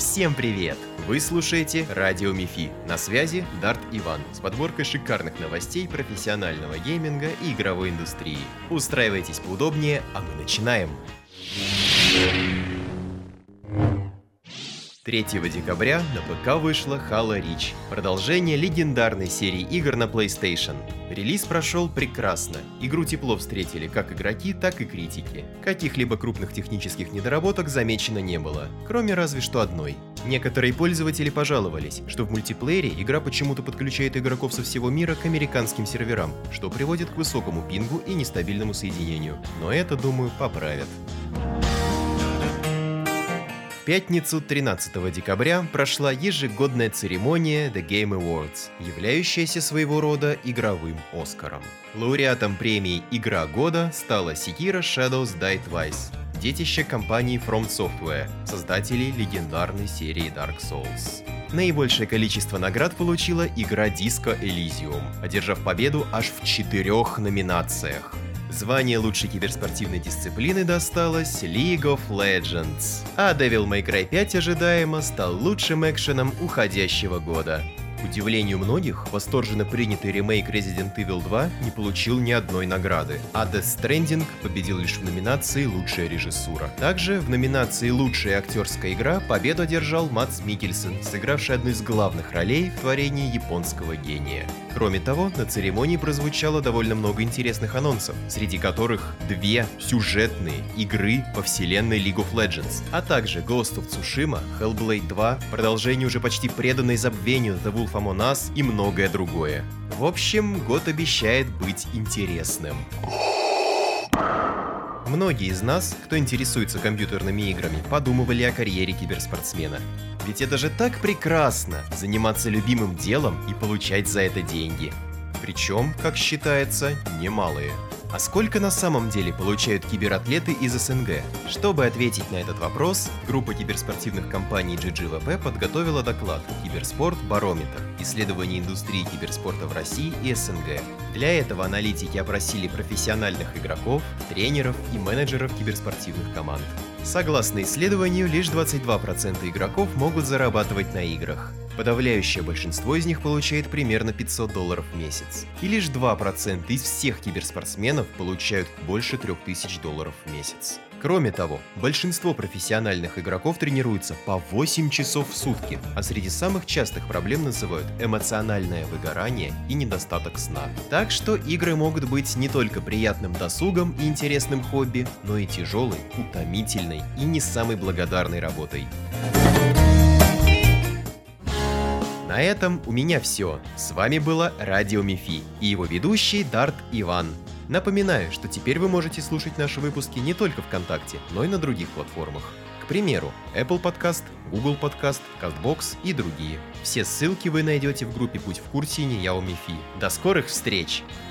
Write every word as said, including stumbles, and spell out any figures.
Всем привет! Вы слушаете Радио Мифи. На связи Дарт Иван с подборкой шикарных новостей профессионального гейминга и игровой индустрии. Устраивайтесь поудобнее, а мы начинаем! третьего декабря на ПК вышла Halo Reach, продолжение легендарной серии игр на PlayStation. Релиз прошел прекрасно, игру тепло встретили как игроки, так и критики. Каких-либо крупных технических недоработок замечено не было, кроме разве что одной. Некоторые пользователи пожаловались, что в мультиплеере игра почему-то подключает игроков со всего мира к американским серверам, что приводит к высокому пингу и нестабильному соединению, но это, думаю, поправят. В пятницу тринадцатого декабря прошла ежегодная церемония The Game Awards, являющаяся своего рода игровым Оскаром. Лауреатом премии «Игра года» стала Sekiro Shadows Die Twice, детище компании From Software, создателей легендарной серии Dark Souls. Наибольшее количество наград получила игра Disco Elysium, одержав победу аж в четырех номинациях. Звание лучшей киберспортивной дисциплины досталось League of Legends, а Devil May Cry пять ожидаемо стал лучшим экшеном уходящего года. К удивлению многих, восторженно принятый ремейк Resident Evil два не получил ни одной награды, а Death Stranding победил лишь в номинации «Лучшая режиссура». Также в номинации «Лучшая актерская игра» победу одержал Мадс Миккельсен, сыгравший одну из главных ролей в творении японского гения. Кроме того, на церемонии прозвучало довольно много интересных анонсов, среди которых две сюжетные игры по вселенной League of Legends, а также Ghost of Tsushima, Hellblade два, продолжение уже почти преданной забвению The Wolf Among Us и многое другое. В общем, год обещает быть интересным. Многие из нас, кто интересуется компьютерными играми, подумывали о карьере киберспортсмена. Ведь это же так прекрасно — заниматься любимым делом и получать за это деньги. Причем, как считается, немалые. А сколько на самом деле получают кибератлеты из СНГ? Чтобы ответить на этот вопрос, группа киберспортивных компаний джи джи ви пи подготовила доклад «Киберспорт Барометр. Исследование индустрии киберспорта в России и СНГ». Для этого аналитики опросили профессиональных игроков, тренеров и менеджеров киберспортивных команд. Согласно исследованию, лишь двадцать два процента игроков могут зарабатывать на играх. Подавляющее большинство из них получает примерно пятьсот долларов в месяц. И лишь два процента из всех киберспортсменов получают больше трёх тысяч долларов в месяц. Кроме того, большинство профессиональных игроков тренируются по восемь часов в сутки, а среди самых частых проблем называют эмоциональное выгорание и недостаток сна. Так что игры могут быть не только приятным досугом и интересным хобби, но и тяжелой, утомительной и не самой благодарной работой. На этом у меня все. С вами было Радио Мифи и его ведущий Дарт Иван. Напоминаю, что теперь вы можете слушать наши выпуски не только ВКонтакте, но и на других платформах. К примеру, Apple Podcast, Google Podcast, CastBox и другие. Все ссылки вы найдете в группе «Будь в курсе» и Неяо Мифи. До скорых встреч!